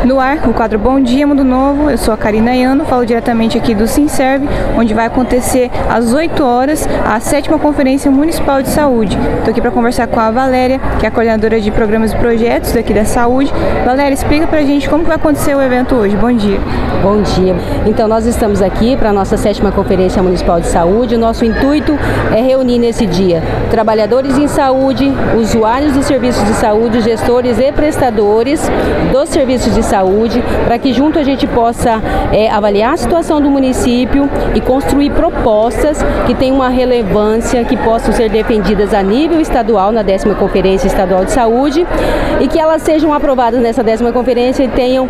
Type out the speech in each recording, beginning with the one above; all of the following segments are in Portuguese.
No ar, o quadro Bom Dia Mundo Novo. Eu sou a Karina Ayano, falo diretamente aqui do Sinserv, onde vai acontecer às 8 horas a 7ª Conferência Municipal de Saúde. Estou aqui para conversar com a Valéria, que é a coordenadora de programas e projetos daqui da saúde. Valéria, explica para a gente como que vai acontecer o evento hoje. Bom dia. Bom dia. Então, nós estamos aqui para a nossa 7ª Conferência Municipal de Saúde. O nosso intuito é reunir nesse dia trabalhadores em saúde, usuários dos serviços de saúde, gestores e prestadores dos serviços de saúde, para que junto a gente possa avaliar a situação do município e construir propostas que tenham uma relevância, que possam ser defendidas a nível estadual na 10ª Conferência Estadual de Saúde e que elas sejam aprovadas nessa 10ª Conferência e tenham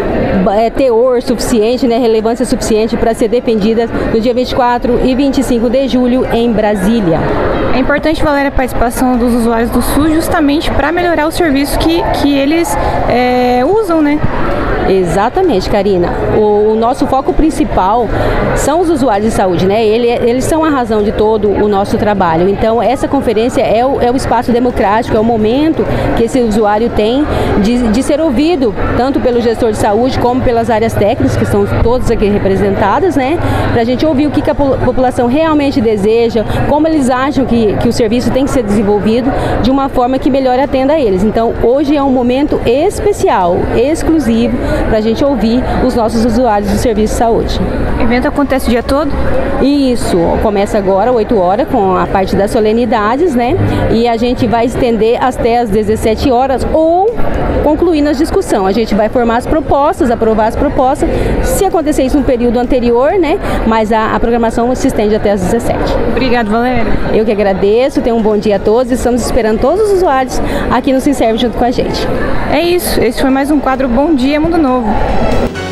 teor suficiente, relevância suficiente para ser defendidas no dia 24 e 25 de julho em Brasília. É importante, Valéria, a participação dos usuários do SUS justamente para melhorar o serviço que eles usam, né? Exatamente, Karina. O nosso foco principal são os usuários de saúde, né? Eles são a razão de todo o nosso trabalho. Então, essa conferência é o espaço democrático, é o momento que esse usuário tem de ser ouvido, tanto pelo gestor de saúde como pelas áreas técnicas, que estão todas aqui representadas, né? Para a gente ouvir o que a população realmente deseja, como eles acham que o serviço tem que ser desenvolvido de uma forma que melhor atenda a eles. Então, hoje é um momento especial, exclusivo, para a gente ouvir os nossos usuários do serviço de saúde. O evento acontece o dia todo? Isso, começa agora, 8 horas, com a parte das solenidades, né? E a gente vai estender até às 17 horas ou concluir na discussão. A gente vai formar as propostas, aprovar as propostas, se acontecer isso no período anterior, né? Mas a programação se estende até às 17. Obrigada, Valéria. Eu que agradeço, tenham um bom dia a todos e estamos esperando todos os usuários aqui no Sinserv junto com a gente. É isso, esse foi mais um quadro Bom Dia Mundo Novo.